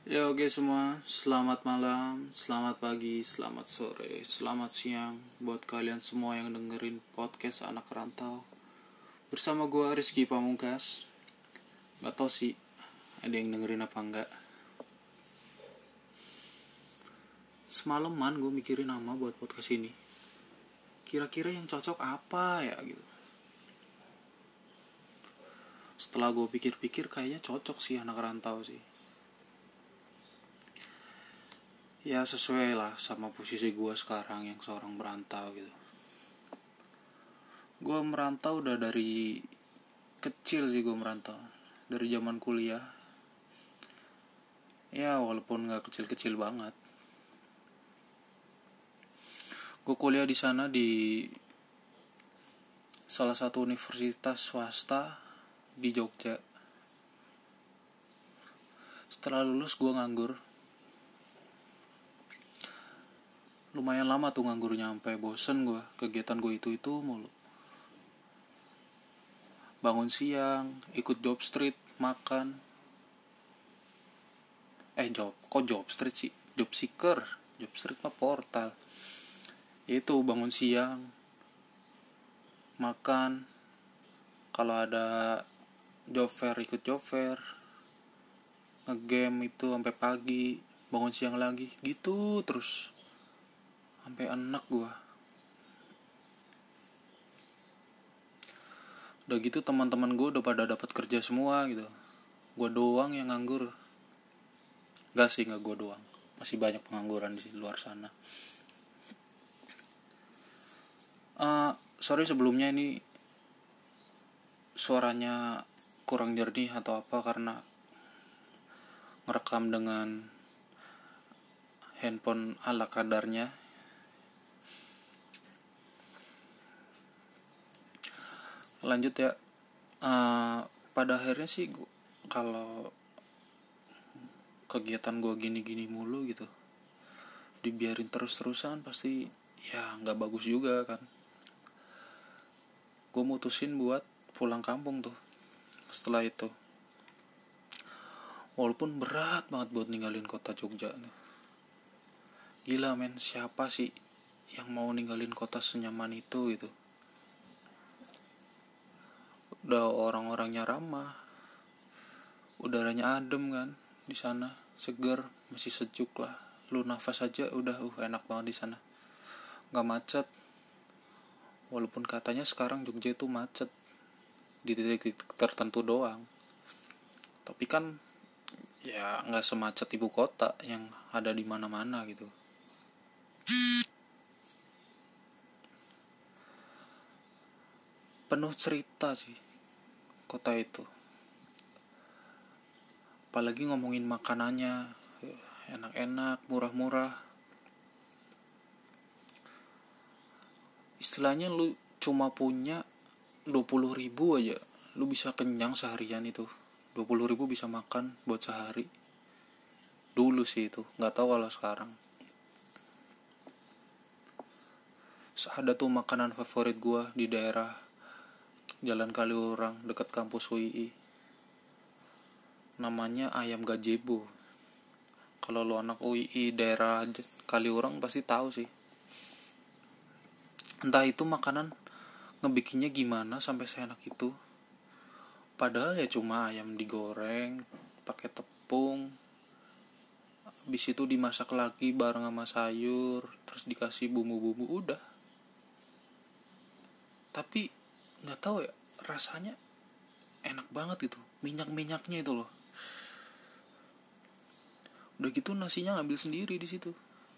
Ya oke semua, selamat malam, selamat pagi, selamat sore, selamat siang buat kalian semua yang dengerin podcast Anak Rantau. Bersama gue Rizky Pamungkas. Gak tau sih ada yang dengerin apa enggak. Semalaman gue mikirin nama buat podcast ini. Kira-kira yang cocok apa ya gitu. Setelah gue pikir-pikir kayaknya cocok sih Anak Rantau sih. Ya sesuai lah sama posisi gue sekarang yang seorang merantau gitu. Gue merantau udah dari kecil sih, gue merantau dari zaman kuliah. Ya walaupun gak kecil-kecil banget. Gue kuliah di sana di salah satu universitas swasta di Jogja. Setelah lulus gue nganggur. Lumayan lama tuh nganggurnya, sampai bosen gue. Kegiatan gue itu mulu. Bangun siang, ikut job street, makan. Kok job street sih? Job seeker. Job street mah portal. Itu bangun siang, makan. Kalau ada job fair ikut job fair. Ngegame itu sampai pagi, bangun siang lagi. Gitu terus. Sampai enak gue. Udah gitu teman-teman gue udah pada dapat kerja semua gitu. Gue doang yang nganggur. Gak gue doang. Masih banyak pengangguran di luar sana. Sorry sebelumnya ini suaranya kurang jernih atau apa, karena ngerekam dengan handphone ala kadarnya. Lanjut ya. Pada akhirnya sih kalau kegiatan gue gini-gini mulu gitu, dibiarin terus-terusan pasti ya gak bagus juga kan. Gue mutusin buat pulang kampung tuh setelah itu. Walaupun berat banget buat ninggalin kota Jogja tuh. Gila men, siapa sih yang mau ninggalin kota senyaman itu gitu. Udah orang-orangnya ramah, udaranya adem kan di sana, seger, masih sejuk lah. Lu nafas aja udah enak banget di sana. Gak macet. Walaupun katanya sekarang Jogja itu macet di titik tertentu doang. Tapi kan ya nggak semacet ibu kota yang ada di mana-mana gitu. Penuh cerita sih kota itu. Apalagi ngomongin makanannya, enak-enak, murah-murah. Istilahnya lu cuma punya 20.000 aja, lu bisa kenyang seharian itu. 20.000 bisa makan buat sehari. Dulu sih itu, nggak tahu kalau sekarang. Ada tuh makanan favorit gue di daerah Jalan Kaliurang dekat kampus UII. Namanya ayam gazebo. Kalau lu anak UII daerah Kaliurang pasti tahu sih. Entah itu makanan ngebikinnya gimana sampai seenak itu. Padahal ya cuma ayam digoreng pakai tepung, habis itu dimasak lagi bareng sama sayur, terus dikasih bumbu-bumbu, udah. Tapi nggak tahu ya, rasanya enak banget gitu, minyak-minyaknya itu loh. Udah gitu nasinya ngambil sendiri di situ.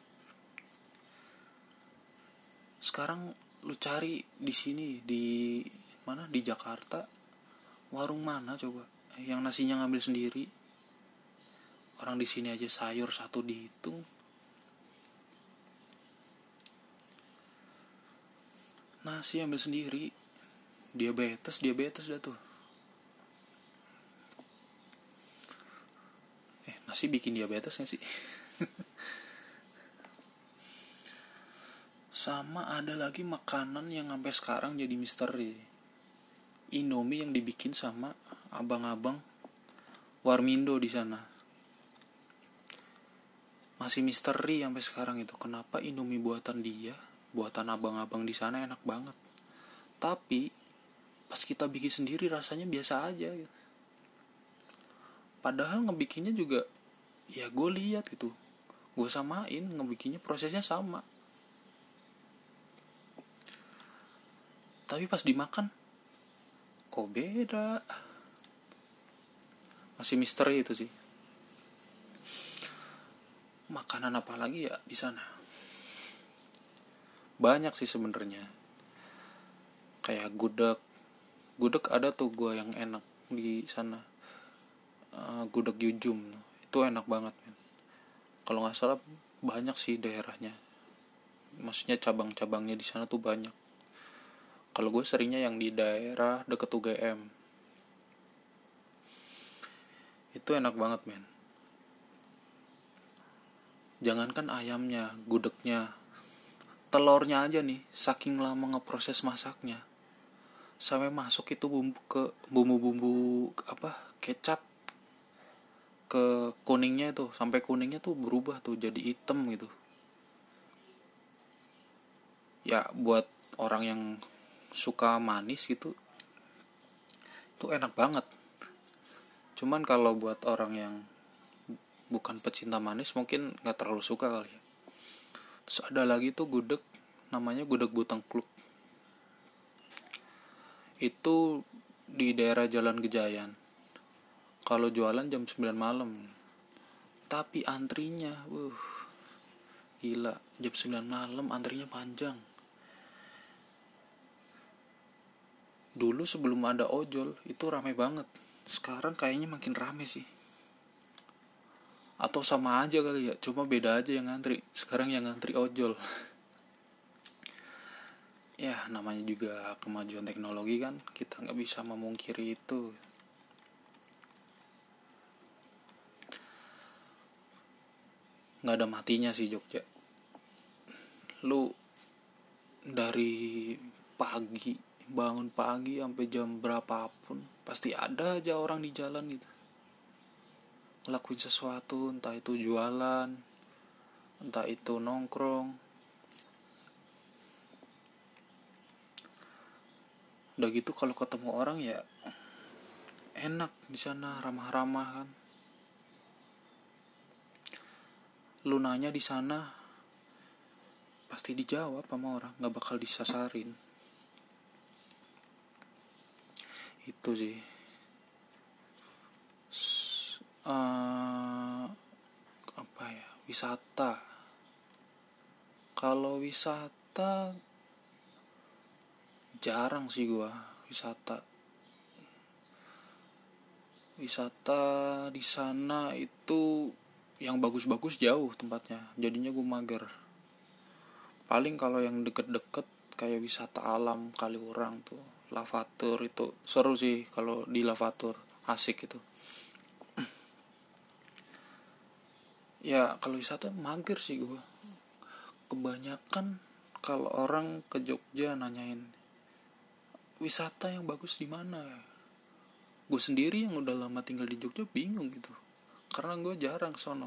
Sekarang lu cari di sini, di mana, di Jakarta, warung mana coba yang nasinya ngambil sendiri. Orang di sini aja sayur satu dihitung. Nasi ambil sendiri. Diabetes dah tuh. Nasi bikin diabetes gak sih? Sama ada lagi makanan yang sampai sekarang jadi misteri. Indomie yang dibikin sama abang-abang Warmindo di sana. Masih misteri sampai sekarang itu, kenapa Indomie buatan dia, buatan abang-abang di sana enak banget. Tapi pas kita bikin sendiri rasanya biasa aja gitu. Padahal ngebikinnya juga ya gue lihat gitu, gue samain ngebikinnya prosesnya sama. Tapi pas dimakan kok beda. Masih misteri itu sih. Makanan apa lagi ya di sana? Banyak sih sebenarnya. Kayak gudeg. Gudeg ada tuh gue yang enak di sana. Gudeg Yujum. Itu enak banget, men. Kalau nggak salah banyak sih daerahnya. Maksudnya cabang-cabangnya di sana tuh banyak. Kalau gue seringnya yang di daerah deket UGM. Itu enak banget, men. Jangankan ayamnya, gudegnya, telurnya aja nih, saking lama ngeproses masaknya, sampai masuk itu bumbu-bumbu kecap ke kuningnya itu, sampai kuningnya tuh berubah tuh jadi hitam gitu. Ya buat orang yang suka manis gitu, itu enak banget. Cuman kalau buat orang yang bukan pecinta manis mungkin nggak terlalu suka kali ya. Terus ada lagi tuh gudeg, namanya gudeg Butengkluk. Itu di daerah Jalan Gejayan. Kalau jualan jam 9 malam. Tapi antrinya, gila, jam 9 malam antrinya panjang. Dulu sebelum ada ojol itu ramai banget. Sekarang kayaknya makin rame sih. Atau sama aja kali ya, cuma beda aja yang ngantri. Sekarang yang ngantri ojol. Ya namanya juga kemajuan teknologi kan, kita gak bisa memungkiri itu. Gak ada matinya sih Jogja. Lu dari pagi, bangun pagi sampai jam berapapun pasti ada aja orang di jalan gitu, ngelakuin sesuatu, entah itu jualan, entah itu nongkrong. Udah gitu kalau ketemu orang ya enak di sana, ramah-ramah kan. Lu nanya di sana pasti dijawab sama orang, nggak bakal disasarin. Itu sih. Wisata. Kalau wisata jarang sih gua wisata. Wisata di sana itu yang bagus-bagus jauh tempatnya, jadinya gue mager. Paling kalau yang deket-deket kayak wisata alam Kaliurang tuh, Lavatur itu seru sih. Kalau di Lavatur asik itu. Ya kalau wisata mager sih gue. Kebanyakan kalau orang ke Jogja nanyain wisata yang bagus di mana, gue sendiri yang udah lama tinggal di Jogja bingung gitu, karena gue jarang sono.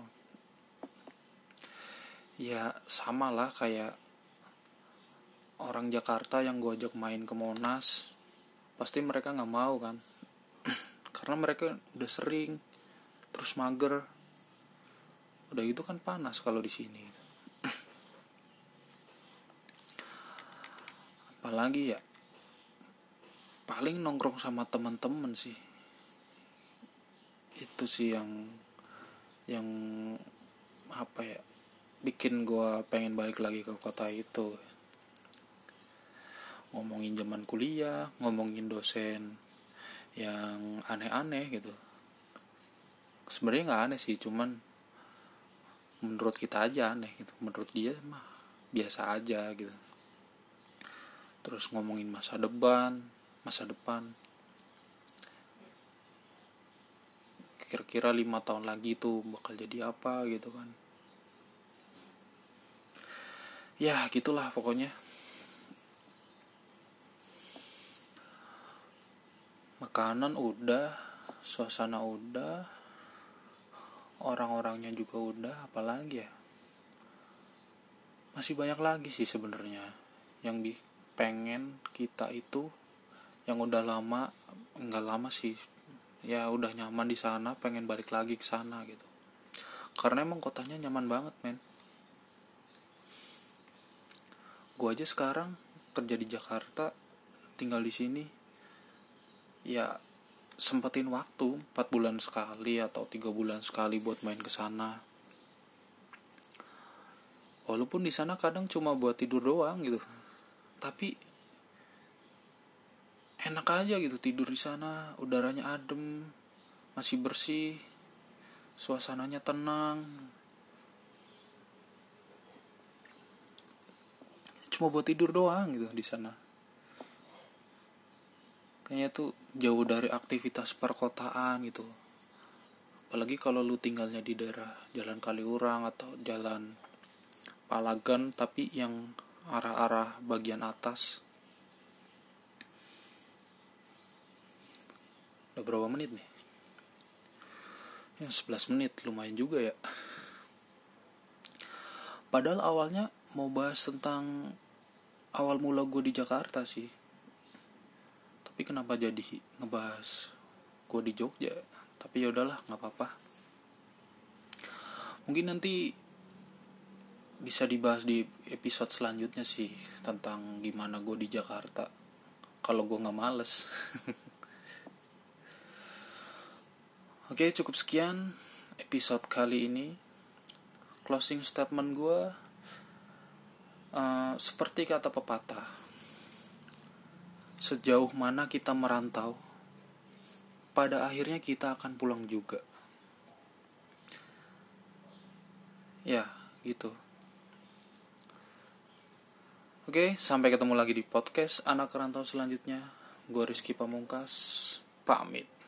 Ya sama lah kayak orang Jakarta yang gue ajak main ke Monas, pasti mereka nggak mau kan, karena mereka udah sering, terus mager. Udah gitu kan panas kalau di sini. Apalagi ya, paling nongkrong sama teman-teman sih. Itu sih yang bikin gue pengen balik lagi ke kota itu. Ngomongin zaman kuliah, ngomongin dosen yang aneh-aneh gitu. Sebenarnya nggak aneh sih, cuman menurut kita aja aneh gitu. Menurut dia mah biasa aja gitu. Terus ngomongin masa depan, kira-kira 5 tahun lagi tuh bakal jadi apa gitu kan. Ya gitulah pokoknya. Makanan udah, suasana udah, orang-orangnya juga udah, apalagi ya. masih banyak lagi sih sebenarnya yang pengen kita itu, yang udah lama, nggak lama sih ya, udah nyaman di sana, pengen balik lagi ke sana gitu, karena emang kotanya nyaman banget men. Gue aja sekarang kerja di Jakarta, tinggal di sini ya, sempetin waktu 4 bulan sekali atau 3 bulan sekali buat main ke sana. Walaupun di sana kadang cuma buat tidur doang gitu, tapi enak aja gitu tidur di sana, udaranya adem, masih bersih, suasananya tenang. Cuma buat tidur doang gitu di sana. Kayaknya tuh jauh dari aktivitas perkotaan gitu. Apalagi kalau lu tinggalnya di daerah Jalan Kaliurang atau Jalan Palagan, tapi yang arah-arah bagian atas. Udah berapa menit nih? Ya 11 menit, lumayan juga ya. Padahal awalnya mau bahas tentang awal mula gue di Jakarta sih, tapi kenapa jadi ngebahas gue di Jogja. Tapi ya udahlah, nggak apa-apa. Mungkin nanti bisa dibahas di episode selanjutnya sih, tentang gimana gue di Jakarta kalau gue nggak males. Oke, cukup sekian episode kali ini. Closing statement gue, seperti kata pepatah, sejauh mana kita merantau, pada akhirnya kita akan pulang juga. Ya, gitu. Oke, sampai ketemu lagi di podcast Anak Rantau selanjutnya. Gue Rizky Pamungkas, pamit.